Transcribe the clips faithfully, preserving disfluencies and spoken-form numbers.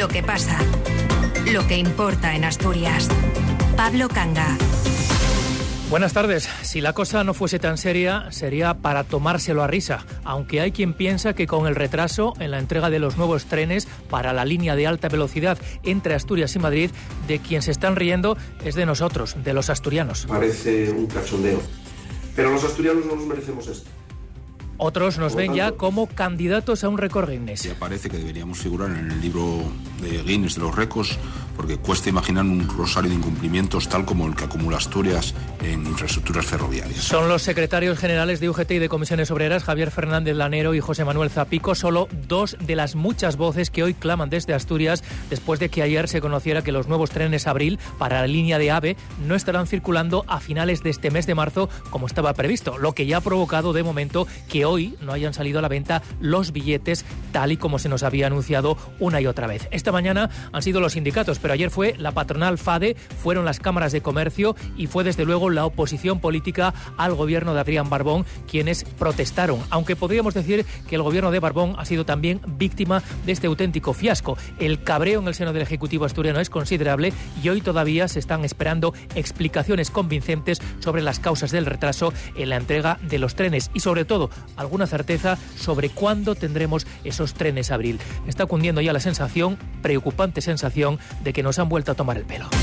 Lo que pasa, lo que importa en Asturias. Pablo Canga. Buenas tardes. Si la cosa no fuese tan seria, sería para tomárselo a risa, aunque hay quien piensa que con el retraso en la entrega de los nuevos trenes para la línea de alta velocidad entre Asturias y Madrid, de quien se están riendo es de nosotros, de los asturianos. Parece un cachondeo, pero los asturianos no nos merecemos esto. Otros nos ven ya como candidatos a un récord Guinness. Ya parece que deberíamos figurar en el libro de Guinness de los récords, porque cuesta imaginar un rosario de incumplimientos tal como el que acumula Asturias en infraestructuras ferroviarias. Son los secretarios generales de U G T y de Comisiones Obreras, Javier Fernández Lanero y José Manuel Zapico, solo dos de las muchas voces que hoy claman desde Asturias después de que ayer se conociera que los nuevos trenes Abril para la línea de AVE no estarán circulando a finales de este mes de marzo como estaba previsto, lo que ya ha provocado de momento que hoy no hayan salido a la venta los billetes tal y como se nos había anunciado una y otra vez. Esta mañana han sido los sindicatos, pero ayer fue la patronal FADE, fueron las cámaras de comercio y fue desde luego la oposición política al gobierno de Adrián Barbón quienes protestaron, aunque podríamos decir que el gobierno de Barbón ha sido también víctima de este auténtico fiasco. El cabreo en el seno del Ejecutivo asturiano es considerable y hoy todavía se están esperando explicaciones convincentes sobre las causas del retraso en la entrega de los trenes y sobre todo alguna certeza sobre cuándo tendremos esos trenes Abril. Está cundiendo ya la sensación, preocupante sensación, de que nos han vuelto a tomar el pelo.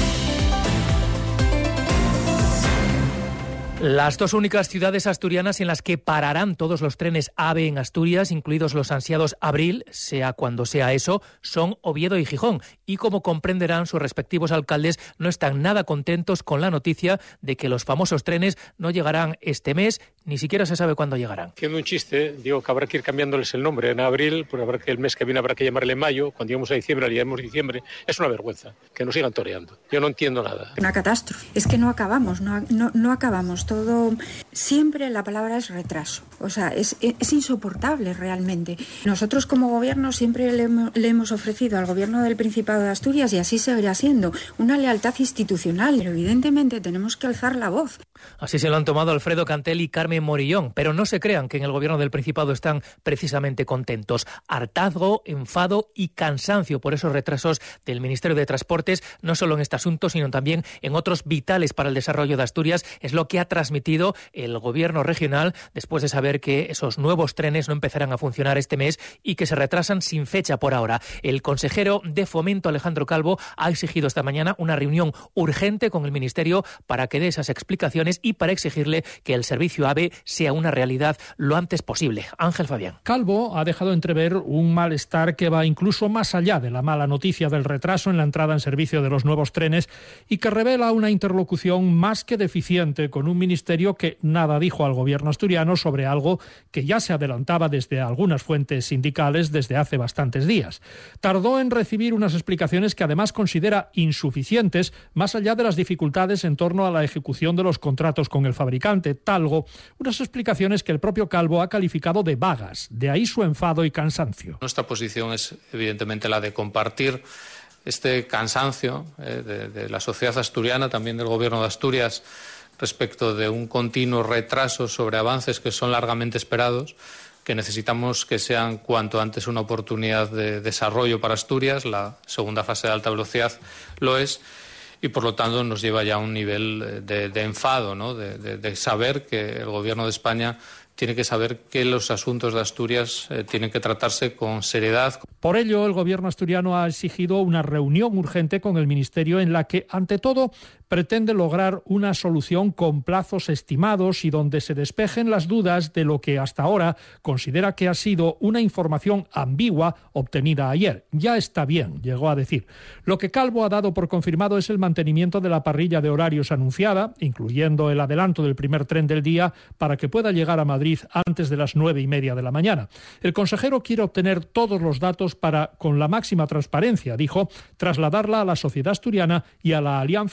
Las dos únicas ciudades asturianas en las que pararán todos los trenes AVE en Asturias, incluidos los ansiados Abril, sea cuando sea eso, son Oviedo y Gijón. Y como comprenderán, sus respectivos alcaldes no están nada contentos con la noticia de que los famosos trenes no llegarán este mes, ni siquiera se sabe cuándo llegarán. Haciendo un chiste, digo que habrá que ir cambiándoles el nombre en Abril, pues habrá que el mes que viene habrá que llamarle mayo, cuando lleguemos a diciembre le llamemos diciembre. Es una vergüenza que nos sigan toreando. Yo no entiendo nada. Una catástrofe. Es que no acabamos, no, no, no acabamos. Todo, siempre la palabra es retraso. O sea, es, es insoportable realmente. Nosotros como gobierno siempre le, le hemos ofrecido al gobierno del Principado de Asturias, y así seguirá siendo, una lealtad institucional. Pero evidentemente tenemos que alzar la voz. Así se lo han tomado Alfredo Cantel y Carmen Morillón, pero no se crean que en el gobierno del Principado están precisamente contentos. Hartazgo, enfado y cansancio por esos retrasos del Ministerio de Transportes, no solo en este asunto, sino también en otros vitales para el desarrollo de Asturias, es lo que ha transmitido el gobierno regional después de saber que esos nuevos trenes no empezarán a funcionar este mes y que se retrasan sin fecha por ahora. El consejero de Fomento, Alejandro Calvo, ha exigido esta mañana una reunión urgente con el Ministerio para que dé esas explicaciones y para exigirle que el servicio AVE sea una realidad lo antes posible. Ángel Fabián. Calvo ha dejado entrever un malestar que va incluso más allá de la mala noticia del retraso en la entrada en servicio de los nuevos trenes y que revela una interlocución más que deficiente con un ministerio que nada dijo al gobierno asturiano sobre algo que ya se adelantaba desde algunas fuentes sindicales desde hace bastantes días. Tardó en recibir unas explicaciones que además considera insuficientes, más allá de las dificultades en torno a la ejecución de los contratos con el fabricante, Talgo, unas explicaciones que el propio Calvo ha calificado de vagas, de ahí su enfado y cansancio. Nuestra posición es evidentemente la de compartir este cansancio eh, de, de la sociedad asturiana, también del gobierno de Asturias, respecto de un continuo retraso sobre avances que son largamente esperados, que necesitamos que sean cuanto antes una oportunidad de desarrollo para Asturias. La segunda fase de alta velocidad lo es, y por lo tanto nos lleva ya a un nivel de, de enfado, ¿no? de, de, de saber que el Gobierno de España tiene que saber que los asuntos de Asturias eh, tienen que tratarse con seriedad. Por ello, el gobierno asturiano ha exigido una reunión urgente con el Ministerio en la que, ante todo, pretende lograr una solución con plazos estimados y donde se despejen las dudas de lo que hasta ahora considera que ha sido una información ambigua obtenida ayer. Ya está bien, llegó a decir. Lo que Calvo ha dado por confirmado es el mantenimiento de la parrilla de horarios anunciada, incluyendo el adelanto del primer tren del día para que pueda llegar a Madrid antes de las nueve y media de la mañana. El consejero quiere obtener todos los datos para, con la máxima transparencia, dijo, trasladarla a la sociedad asturiana y a la Alianza por las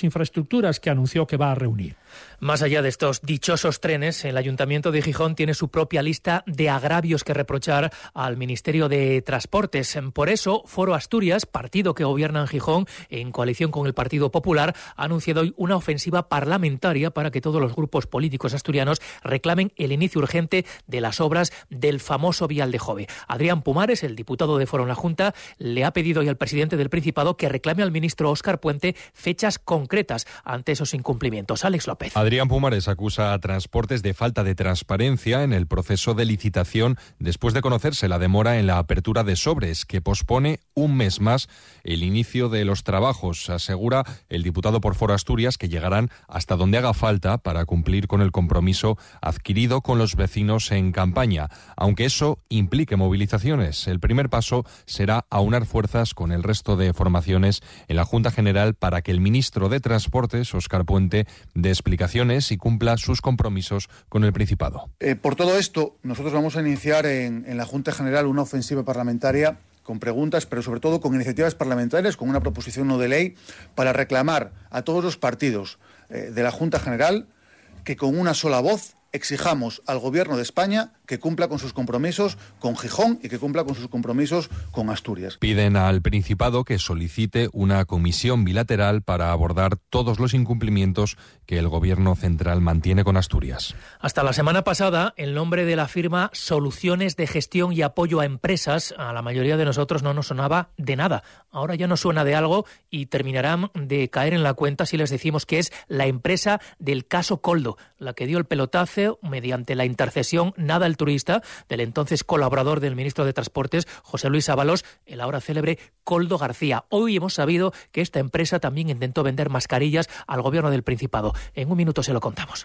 Infraestructuras, que anunció que va a reunir. Más allá de estos dichosos trenes, el Ayuntamiento de Gijón tiene su propia lista de agravios que reprochar al Ministerio de Transportes. Por eso, Foro Asturias, partido que gobierna en Gijón, en coalición con el Partido Popular, ha anunciado hoy una ofensiva parlamentaria para que todos los grupos políticos asturianos reclamen el inicio urgente de las obras del famoso vial de Jove. Adrián Pumares, el diputado de Foro en la Junta, le ha pedido hoy al presidente del Principado que reclame al ministro Óscar Puente fechas concretas ante esos incumplimientos. Alex López. Adrián Pumares acusa a Transportes de falta de transparencia en el proceso de licitación después de conocerse la demora en la apertura de sobres, que pospone un mes más el inicio de los trabajos. Asegura el diputado por Foro Asturias que llegarán hasta donde haga falta para cumplir con el compromiso adquirido con los vecinos en campaña, aunque eso implique movilizaciones. El primer paso será aunar fuerzas con el resto de formaciones en la Junta General para que el ministro de Transportes, Óscar Puente, dé explicaciones y cumpla sus compromisos con el Principado. Eh, por todo esto, nosotros vamos a iniciar en, en la Junta General una ofensiva parlamentaria con preguntas, pero sobre todo con iniciativas parlamentarias, con una proposición no de ley, para reclamar a todos los partidos eh, de la Junta General que con una sola voz exijamos al Gobierno de España que cumpla con sus compromisos con Gijón y que cumpla con sus compromisos con Asturias. Piden al Principado que solicite una comisión bilateral para abordar todos los incumplimientos que el Gobierno central mantiene con Asturias. Hasta la semana pasada, el nombre de la firma Soluciones de Gestión y Apoyo a Empresas a la mayoría de nosotros no nos sonaba de nada. Ahora ya nos suena de algo y terminarán de caer en la cuenta si les decimos que es la empresa del caso Coldo, la que dio el pelotazo mediante la intercesión nada altruista del entonces colaborador del ministro de Transportes, José Luis Ábalos, el ahora célebre Koldo García. Hoy hemos sabido que esta empresa también intentó vender mascarillas al Gobierno del Principado. En un minuto se lo contamos.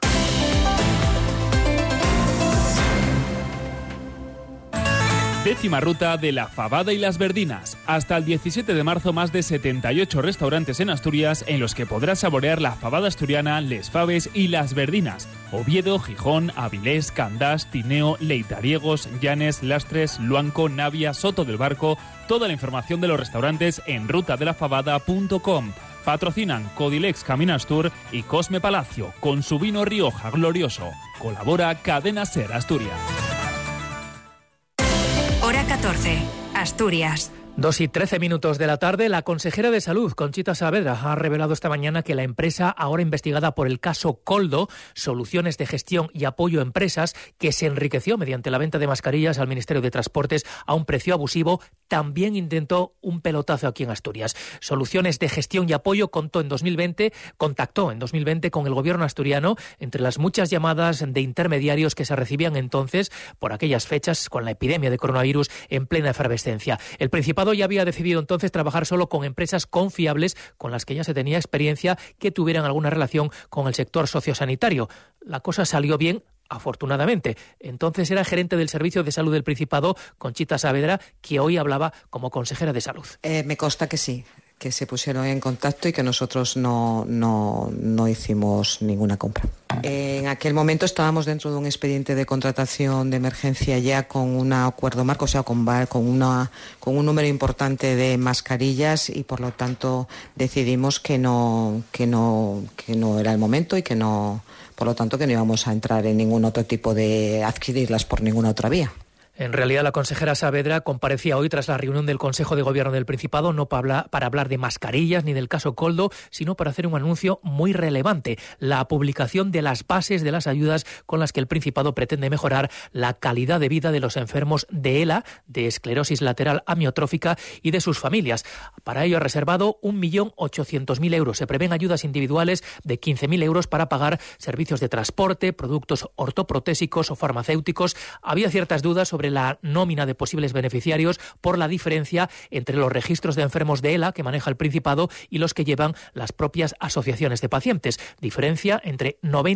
Décima ruta de la Fabada y las Verdinas. Hasta el diecisiete de marzo, más de setenta y ocho restaurantes en Asturias en los que podrás saborear la fabada asturiana, les faves y las verdinas. Oviedo, Gijón, Avilés, Candás, Tineo, Leitariegos, Llanes, Lastres, Luanco, Navia, Soto del Barco. Toda la información de los restaurantes en ruta de la fabada punto com. Patrocinan Codilex Caminastur y Cosme Palacio con su vino Rioja Glorioso. Colabora Cadena Ser Asturias. Hora catorce, Asturias. Dos y trece minutos de la tarde, la consejera de Salud, Conchita Saavedra, ha revelado esta mañana que la empresa, ahora investigada por el caso Coldo, Soluciones de Gestión y Apoyo a Empresas, que se enriqueció mediante la venta de mascarillas al Ministerio de Transportes a un precio abusivo, también intentó un pelotazo aquí en Asturias. Soluciones de Gestión y Apoyo contó en dos mil veinte, contactó en dos mil veinte con el gobierno asturiano, entre las muchas llamadas de intermediarios que se recibían entonces por aquellas fechas con la epidemia de coronavirus en plena efervescencia. El Principado ya había decidido entonces trabajar solo con empresas confiables con las que ya se tenía experiencia que tuvieran alguna relación con el sector sociosanitario. La cosa salió bien, afortunadamente. Entonces era gerente del Servicio de Salud del Principado, Conchita Saavedra, que hoy hablaba como consejera de Salud. Eh, me consta que sí, que se pusieron en contacto y que nosotros no, no, no hicimos ninguna compra. En aquel momento estábamos dentro de un expediente de contratación de emergencia ya con un acuerdo marco, o sea, con, con, una, con un número importante de mascarillas y por lo tanto decidimos que no, que no, que no era el momento y que no, por lo tanto que no íbamos a entrar en ningún otro tipo de adquirirlas por ninguna otra vía. En realidad, la consejera Saavedra comparecía hoy tras la reunión del Consejo de Gobierno del Principado, no para hablar, para hablar de mascarillas ni del caso Coldo, sino para hacer un anuncio muy relevante: la publicación de las bases de las ayudas con las que el Principado pretende mejorar la calidad de vida de los enfermos de ELA, de esclerosis lateral amiotrófica, y de sus familias. Para ello ha reservado un millón ochocientos mil euros. Se prevén ayudas individuales de quince mil euros para pagar servicios de transporte, productos ortoprotésicos o farmacéuticos. Había ciertas dudas sobre la nómina de posibles beneficiarios por la diferencia entre los registros de enfermos de ELA que maneja el Principado y los que llevan las propias asociaciones de pacientes. Diferencia entre noventa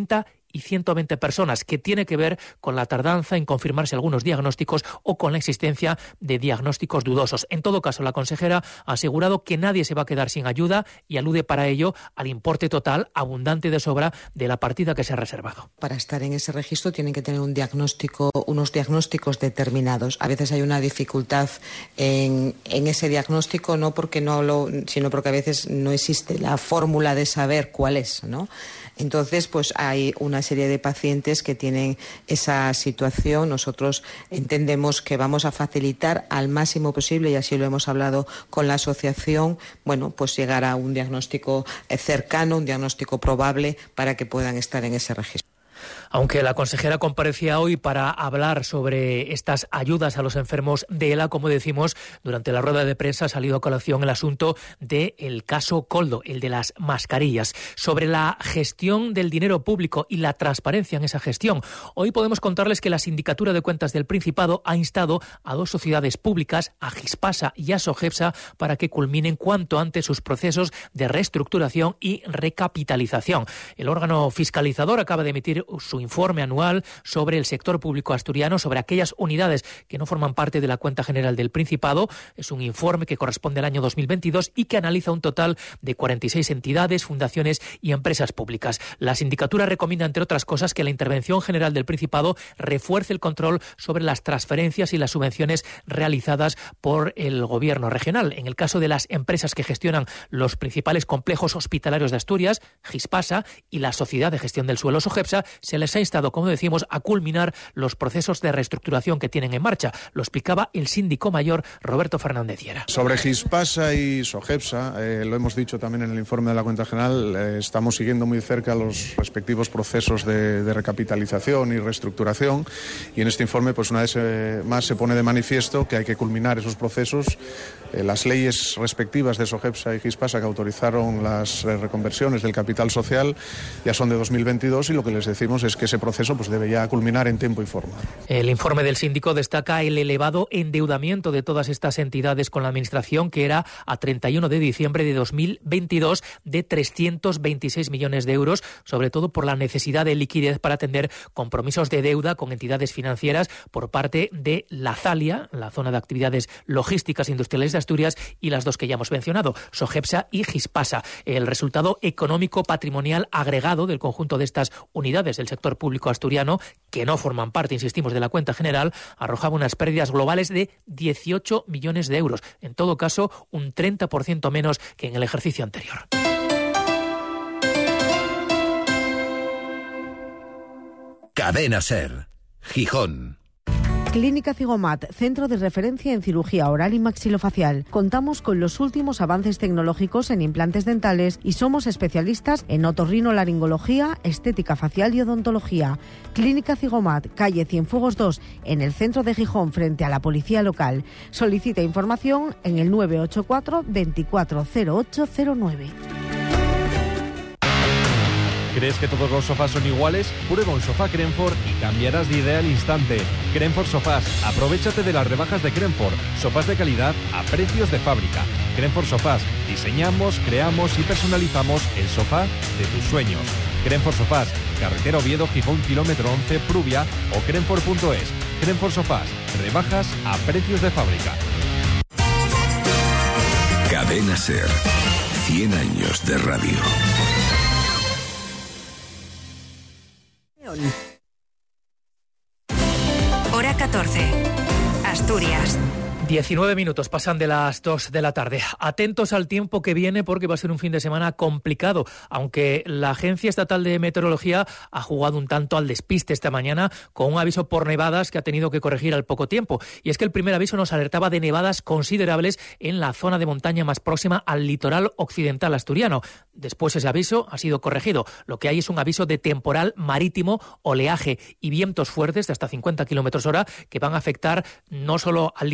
y ciento veinte personas, que tiene que ver con la tardanza en confirmarse algunos diagnósticos o con la existencia de diagnósticos dudosos. En todo caso, la consejera ha asegurado que nadie se va a quedar sin ayuda y alude para ello al importe total abundante de sobra de la partida que se ha reservado. Para estar en ese registro tienen que tener un diagnóstico, unos diagnósticos determinados. A veces hay una dificultad en, en ese diagnóstico, no porque no lo, sino porque a veces no existe la fórmula de saber cuál es, ¿no? Entonces, pues hay una serie de pacientes que tienen esa situación. Nosotros entendemos que vamos a facilitar al máximo posible, y así lo hemos hablado con la asociación, bueno, pues llegar a un diagnóstico cercano, un diagnóstico probable para que puedan estar en ese registro. Aunque la consejera comparecía hoy para hablar sobre estas ayudas a los enfermos de ELA, como decimos, durante la rueda de prensa ha salido a colación el asunto del caso Koldo, el de las mascarillas. Sobre la gestión del dinero público y la transparencia en esa gestión, hoy podemos contarles que la Sindicatura de Cuentas del Principado ha instado a dos sociedades públicas, a Gispasa y a Sogepsa, para que culminen cuanto antes sus procesos de reestructuración y recapitalización. El órgano fiscalizador acaba de emitir su informe anual sobre el sector público asturiano, sobre aquellas unidades que no forman parte de la cuenta general del Principado. Es un informe que corresponde al año dos mil veintidós y que analiza un total de cuarenta y seis entidades, fundaciones y empresas públicas. La sindicatura recomienda, entre otras cosas, que la Intervención General del Principado refuerce el control sobre las transferencias y las subvenciones realizadas por el gobierno regional. En el caso de las empresas que gestionan los principales complejos hospitalarios de Asturias, Gispasa, y la Sociedad de Gestión del Suelo, Sogepsa, se les ha instado, como decimos, a culminar los procesos de reestructuración que tienen en marcha. Lo explicaba el síndico mayor Roberto Fernández Hiera. Sobre Gispasa y Sogepsa, eh, lo hemos dicho también en el informe de la cuenta general, eh, estamos siguiendo muy cerca los respectivos procesos de, de recapitalización y reestructuración, y en este informe, pues una vez eh, más se pone de manifiesto que hay que culminar esos procesos. Eh, las leyes respectivas de Sogepsa y Gispasa que autorizaron las eh, reconversiones del capital social ya son de dos mil veintidós, y lo que les decimos es que ese proceso pues debe ya culminar en tiempo y forma. El informe del síndico destaca el elevado endeudamiento de todas estas entidades con la Administración, que era a treinta y uno de diciembre de dos mil veintidós de trescientos veintiséis millones de euros, sobre todo por la necesidad de liquidez para atender compromisos de deuda con entidades financieras por parte de la Zalia, la zona de actividades logísticas industriales de Asturias, y las dos que ya hemos mencionado, Sogepsa y Gispasa. El resultado económico patrimonial agregado del conjunto de estas unidades del sector público asturiano, que no forman parte, insistimos, de la cuenta general, arrojaba unas pérdidas globales de dieciocho millones de euros. En todo caso, un treinta por ciento menos que en el ejercicio anterior. Cadena SER, Gijón. Clínica Cigomat, centro de referencia en cirugía oral y maxilofacial. Contamos con los últimos avances tecnológicos en implantes dentales y somos especialistas en otorrinolaringología, estética facial y odontología. Clínica Cigomat, calle Cienfuegos dos, en el centro de Gijón, frente a la policía local. Solicita información en el nueve ocho cuatro, veinticuatro cero ocho cero nueve. ¿Crees que todos los sofás son iguales? Prueba un sofá Crenford y cambiarás de idea al instante. Crenford Sofás. Aprovéchate de las rebajas de Crenford. Sofás de calidad a precios de fábrica. Crenford Sofás. Diseñamos, creamos y personalizamos el sofá de tus sueños. Crenford Sofás. Carretera Oviedo, Gijón, kilómetro once, Prubia o crenford punto es. Crenford Sofás. Rebajas a precios de fábrica. Cadena SER. cien años de radio. Hora catorce. Asturias. diecinueve minutos pasan de las dos de la tarde. Atentos al tiempo que viene, porque va a ser un fin de semana complicado, aunque la Agencia Estatal de Meteorología ha jugado un tanto al despiste esta mañana con un aviso por nevadas que ha tenido que corregir al poco tiempo. Y es que el primer aviso nos alertaba de nevadas considerables en la zona de montaña más próxima al litoral occidental asturiano. Después ese aviso ha sido corregido. Lo que hay es un aviso de temporal marítimo, oleaje y vientos fuertes de hasta cincuenta kilómetros hora que van a afectar no solo al litoral occidental,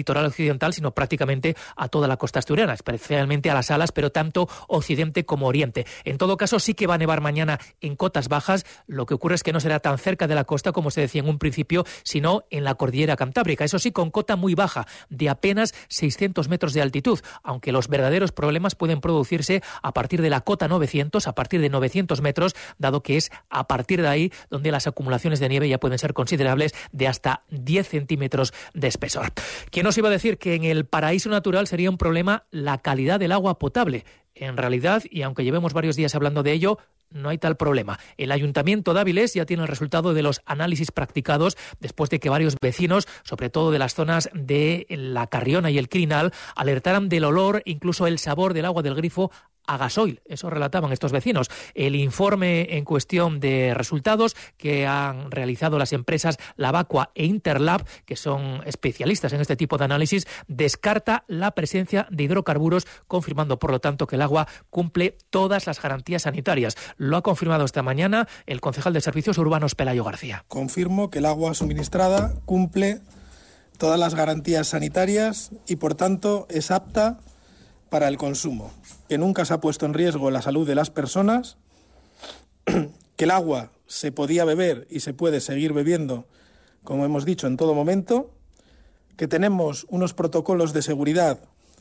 occidental, sino prácticamente a toda la costa asturiana, especialmente a las Salas, pero tanto occidente como oriente. En todo caso, sí que va a nevar mañana en cotas bajas. Lo que ocurre es que no será tan cerca de la costa como se decía en un principio, sino en la cordillera cantábrica. Eso sí, con cota muy baja, de apenas seiscientos metros de altitud, aunque los verdaderos problemas pueden producirse a partir de la cota novecientos, a partir de novecientos metros, dado que es a partir de ahí donde las acumulaciones de nieve ya pueden ser considerables, de hasta diez centímetros de espesor. ¿Quién nos iba a decir que en el paraíso natural sería un problema la calidad del agua potable? En realidad, y aunque llevemos varios días hablando de ello, no hay tal problema. El Ayuntamiento de Avilés ya tiene el resultado de los análisis practicados después de que varios vecinos, sobre todo de las zonas de La Carriona y el Quirinal, alertaran del olor, incluso el sabor del agua del grifo a gasoil. Eso relataban estos vecinos. El informe en cuestión de resultados que han realizado las empresas Lavacua e Interlab, que son especialistas en este tipo de análisis, descarta la presencia de hidrocarburos, confirmando por lo tanto que el agua cumple todas las garantías sanitarias. Lo ha confirmado esta mañana el concejal de Servicios Urbanos, Pelayo García. Confirmo que el agua suministrada cumple todas las garantías sanitarias y por tanto es apta para el consumo, que nunca se ha puesto en riesgo la salud de las personas, que el agua se podía beber y se puede seguir bebiendo, como hemos dicho, en todo momento, que tenemos unos protocolos de seguridad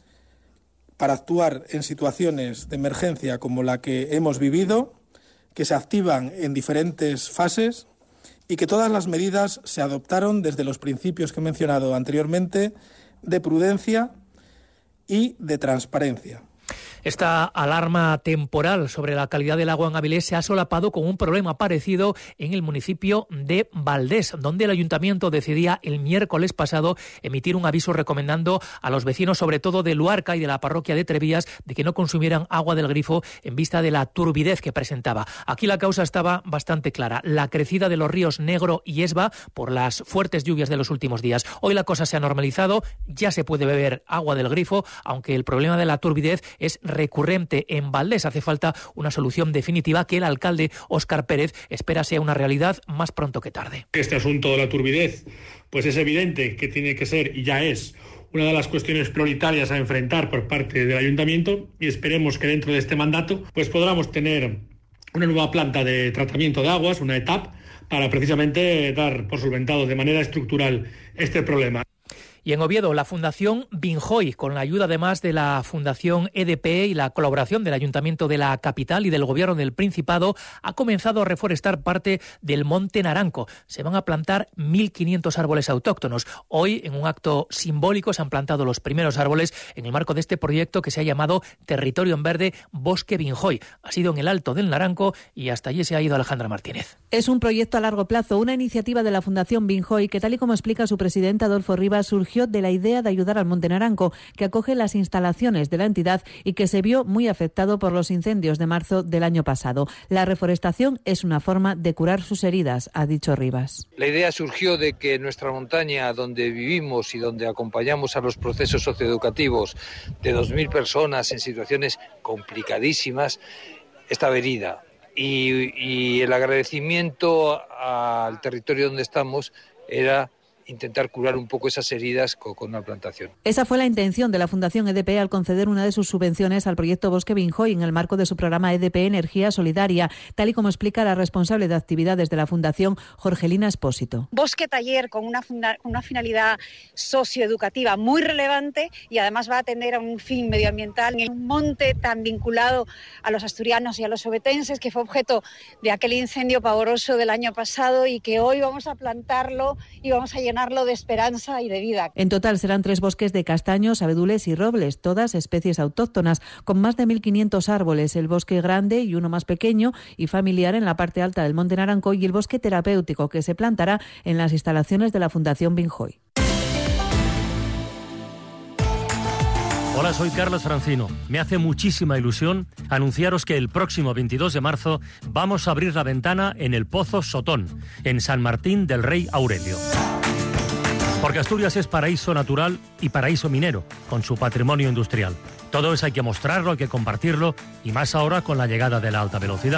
para actuar en situaciones de emergencia como la que hemos vivido, que se activan en diferentes fases y que todas las medidas se adoptaron desde los principios que he mencionado anteriormente de prudencia y de transparencia. Esta alarma temporal sobre la calidad del agua en Avilés se ha solapado con un problema parecido en el municipio de Valdés, donde el ayuntamiento decidía el miércoles pasado emitir un aviso recomendando a los vecinos, sobre todo de Luarca y de la parroquia de Trevías, de que no consumieran agua del grifo en vista de la turbidez que presentaba. Aquí la causa estaba bastante clara: la crecida de los ríos Negro y Esba por las fuertes lluvias de los últimos días. Hoy la cosa se ha normalizado, ya se puede beber agua del grifo, aunque el problema de la turbidez es recurrente en Valdés. Hace falta una solución definitiva que el alcalde Óscar Pérez espera sea una realidad más pronto que tarde. Este asunto de la turbidez, pues es evidente que tiene que ser, y ya es, una de las cuestiones prioritarias a enfrentar por parte del ayuntamiento, y esperemos que dentro de este mandato pues podamos tener una nueva planta de tratamiento de aguas, una E T A P, para precisamente dar por solventado de manera estructural este problema. Y en Oviedo, la Fundación Binjoy, con la ayuda además de la Fundación E D P y la colaboración del Ayuntamiento de la capital y del Gobierno del Principado, ha comenzado a reforestar parte del Monte Naranco. Se van a plantar mil quinientos árboles autóctonos. Hoy, en un acto simbólico, se han plantado los primeros árboles en el marco de este proyecto que se ha llamado Territorio en Verde Bosque Binjoy. Ha sido en el Alto del Naranco y hasta allí se ha ido Alejandra Martínez. Es un proyecto a largo plazo, una iniciativa de la Fundación Binjoy que, tal y como explica su presidente Adolfo Rivas, surgió de la idea de ayudar al Monte Naranco, que acoge las instalaciones de la entidad y que se vio muy afectado por los incendios de marzo del año pasado. La reforestación es una forma de curar sus heridas, ha dicho Rivas. La idea surgió de que nuestra montaña, donde vivimos y donde acompañamos a los procesos socioeducativos de dos mil personas en situaciones complicadísimas, estaba herida. Y, y el agradecimiento al territorio donde estamos era intentar curar un poco esas heridas con, con una plantación. Esa fue la intención de la Fundación E D P al conceder una de sus subvenciones al proyecto Bosque Binjoy en el marco de su programa E D P Energía Solidaria, tal y como explica la responsable de actividades de la Fundación, Jorgelina Espósito. Bosque Taller con una, funda- una finalidad socioeducativa muy relevante y además va a atender a un fin medioambiental en un monte tan vinculado a los asturianos y a los obetenses, que fue objeto de aquel incendio pavoroso del año pasado y que hoy vamos a plantarlo y vamos a llenar de esperanza y de vida. En total serán tres bosques de castaños, abedules y robles, todas especies autóctonas, con más de mil quinientos árboles, el bosque grande y uno más pequeño y familiar en la parte alta del Monte Naranco y el bosque terapéutico que se plantará en las instalaciones de la Fundación Binjoy. Hola, soy Carlos Francino. Me hace muchísima ilusión anunciaros que el próximo veintidós de marzo vamos a abrir la ventana en el Pozo Sotón, en San Martín del Rey Aurelio. Porque Asturias es paraíso natural y paraíso minero, con su patrimonio industrial. Todo eso hay que mostrarlo, hay que compartirlo, y más ahora con la llegada de la alta velocidad.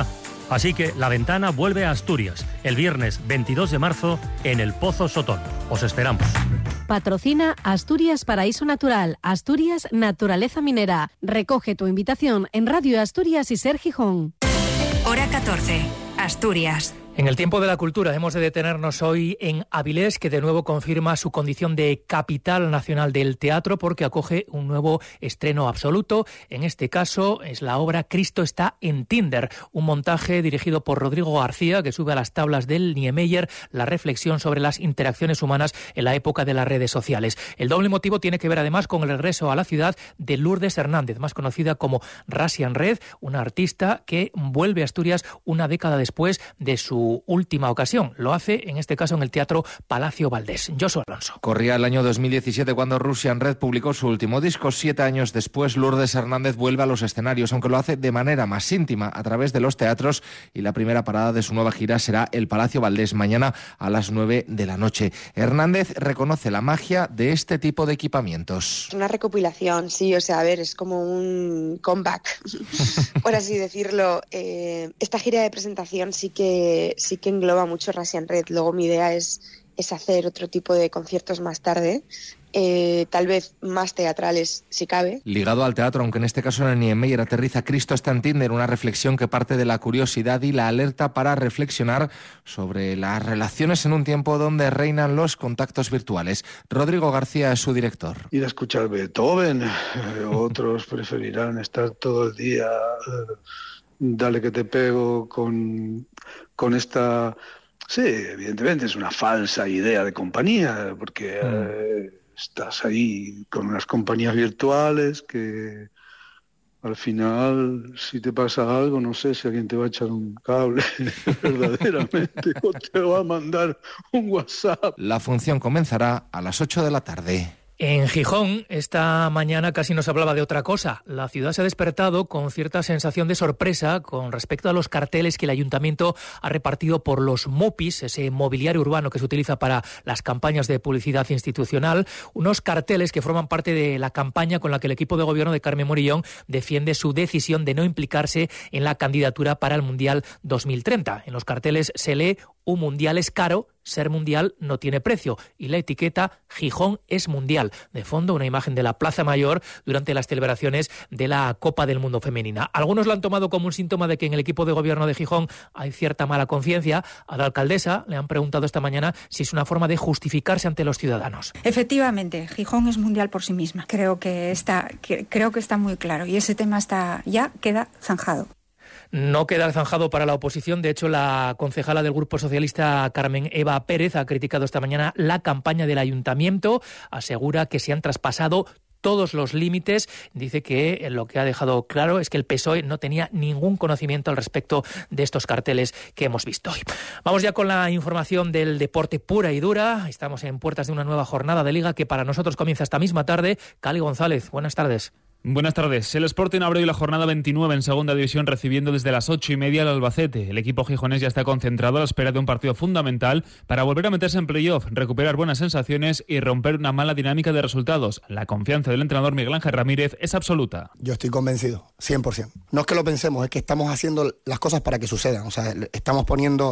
Así que La Ventana vuelve a Asturias el viernes veintidós de marzo en el Pozo Sotón. Os esperamos. Patrocina Asturias Paraíso Natural, Asturias Naturaleza Minera. Recoge tu invitación en Radio Asturias y Ser Gijón. Hora catorce, Asturias. En el tiempo de la cultura hemos de detenernos hoy en Avilés, que de nuevo confirma su condición de capital nacional del teatro porque acoge un nuevo estreno absoluto. En este caso es la obra Cristo está en Tinder, un montaje dirigido por Rodrigo García que sube a las tablas del Niemeyer la reflexión sobre las interacciones humanas en la época de las redes sociales. El doble motivo tiene que ver además con el regreso a la ciudad de Lourdes Hernández, más conocida como Russian Red, una artista que vuelve a Asturias una década después de su última ocasión. Lo hace, en este caso, en el Teatro Palacio Valdés. Josué Alonso. Corría el año dos mil diecisiete cuando Russian Red publicó su último disco. Siete años después, Lourdes Hernández vuelve a los escenarios, aunque lo hace de manera más íntima, a través de los teatros, y la primera parada de su nueva gira será el Palacio Valdés, mañana a las nueve de la noche. Hernández reconoce la magia de este tipo de equipamientos. Una recopilación, sí, o sea, a ver, es como un comeback, por así decirlo. Eh, esta gira de presentación sí que sí que engloba mucho Russian Red. Luego mi idea es, es hacer otro tipo de conciertos más tarde, eh, tal vez más teatrales si cabe. Ligado al teatro, aunque en este caso en el Niemeyer, aterriza Cristo está en Tinder, una reflexión que parte de la curiosidad y la alerta para reflexionar sobre las relaciones en un tiempo donde reinan los contactos virtuales. Rodrigo García es su director. Ir a escuchar Beethoven, eh, otros preferirán estar todo el día... Eh, dale que te pego con, con esta... Sí, evidentemente es una falsa idea de compañía, porque mm. eh, estás ahí con unas compañías virtuales que al final, si te pasa algo, no sé si alguien te va a echar un cable verdaderamente o te va a mandar un WhatsApp. La función comenzará a las ocho de la tarde. En Gijón, esta mañana casi nos hablaba de otra cosa. La ciudad se ha despertado con cierta sensación de sorpresa con respecto a los carteles que el ayuntamiento ha repartido por los MOPIs, ese mobiliario urbano que se utiliza para las campañas de publicidad institucional. Unos carteles que forman parte de la campaña con la que el equipo de gobierno de Carmen Morillón defiende su decisión de no implicarse en la candidatura para el Mundial dos mil treinta. En los carteles se lee: un mundial es caro, ser mundial no tiene precio. Y la etiqueta Gijón es mundial. De fondo, una imagen de la Plaza Mayor durante las celebraciones de la Copa del Mundo Femenina. Algunos lo han tomado como un síntoma de que en el equipo de gobierno de Gijón hay cierta mala conciencia. A la alcaldesa le han preguntado esta mañana si es una forma de justificarse ante los ciudadanos. Efectivamente, Gijón es mundial por sí misma. Creo que está, que, creo que está muy claro. Y ese tema está ya queda zanjado. No queda zanjado para la oposición. De hecho, la concejala del Grupo Socialista, Carmen Eva Pérez, ha criticado esta mañana la campaña del ayuntamiento. Asegura que se han traspasado todos los límites. Dice que lo que ha dejado claro es que el P S O E no tenía ningún conocimiento al respecto de estos carteles que hemos visto hoy. Vamos ya con la información del deporte pura y dura. Estamos en puertas de una nueva jornada de Liga que para nosotros comienza esta misma tarde. Cali González, buenas tardes. Buenas tardes. El Sporting abre hoy la jornada veintinueve en segunda división recibiendo desde las ocho y media al Albacete. El equipo gijonés ya está concentrado a la espera de un partido fundamental para volver a meterse en playoff, recuperar buenas sensaciones y romper una mala dinámica de resultados. La confianza del entrenador Miguel Ángel Ramírez es absoluta. Yo estoy convencido, cien por ciento. No es que lo pensemos, es que estamos haciendo las cosas para que sucedan. O sea, estamos poniendo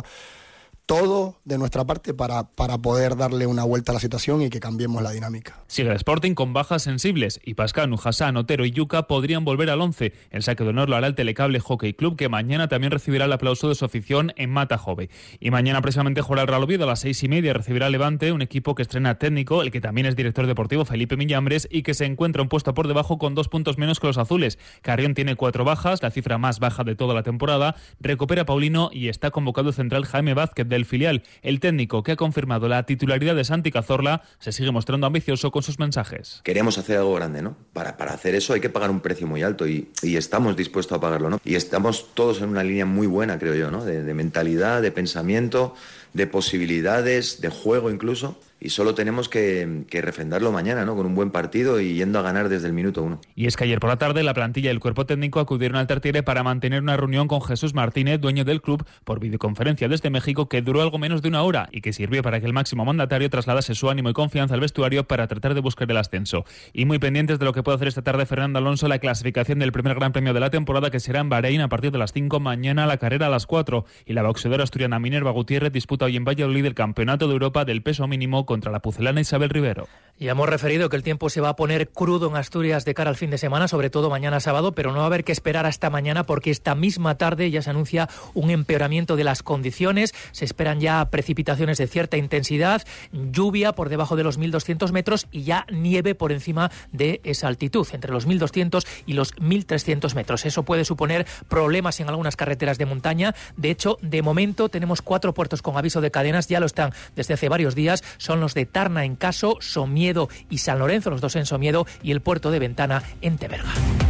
todo de nuestra parte para, para poder darle una vuelta a la situación y que cambiemos la dinámica. Sigue el Sporting con bajas sensibles y Pascanu, Hassan, Otero y Yuca podrían volver al once. El saque de honor lo hará el Telecable Hockey Club, que mañana también recibirá el aplauso de su afición en Mata Jove. Y mañana precisamente jugará el Real Oviedo a las seis y media, recibirá Levante, un equipo que estrena técnico, el que también es director deportivo, Felipe Millambres, y que se encuentra un puesto por debajo con dos puntos menos que los azules. Carrión tiene cuatro bajas, la cifra más baja de toda la temporada, recupera Paulino y está convocado el central Jaime Vázquez del filial. El técnico, que ha confirmado la titularidad de Santi Cazorla, se sigue mostrando ambicioso con sus mensajes. Queremos hacer algo grande, ¿no? Para, para hacer eso hay que pagar un precio muy alto y, y estamos dispuestos a pagarlo, ¿no? Y estamos todos en una línea muy buena, creo yo, ¿no? De, de mentalidad, de pensamiento, de posibilidades, de juego incluso. y solo tenemos que, que refrendarlo mañana, ¿no? Con un buen partido y yendo a ganar desde el minuto uno. Y es que ayer por la tarde la plantilla y el cuerpo técnico acudieron al Tartiere para mantener una reunión con Jesús Martínez, dueño del club, por videoconferencia desde México, que duró algo menos de una hora y que sirvió para que el máximo mandatario trasladase su ánimo y confianza al vestuario para tratar de buscar el ascenso. Y muy pendientes de lo que puede hacer esta tarde Fernando Alonso, la clasificación del primer Gran Premio de la temporada, que será en Bahrein a partir de las cinco, mañana la carrera a las cuatro. Y la boxeadora asturiana Minerva Gutiérrez disputa hoy en Valladolid el Campeonato de Europa del peso mínimo contra la pucelana Isabel Rivero. Ya hemos referido que el tiempo se va a poner crudo en Asturias de cara al fin de semana, sobre todo mañana sábado, pero no va a haber que esperar hasta mañana porque esta misma tarde ya se anuncia un empeoramiento de las condiciones. Se esperan ya precipitaciones de cierta intensidad, lluvia por debajo de los mil doscientos metros y ya nieve por encima de esa altitud, entre los mil doscientos y los mil trescientos metros. Eso puede suponer problemas en algunas carreteras de montaña. De hecho, de momento tenemos cuatro puertos con aviso de cadenas, ya lo están desde hace varios días. Son los de Tarna en Caso, Somiedo y San Lorenzo, los dos en Somiedo, y el puerto de Ventana en Teberga.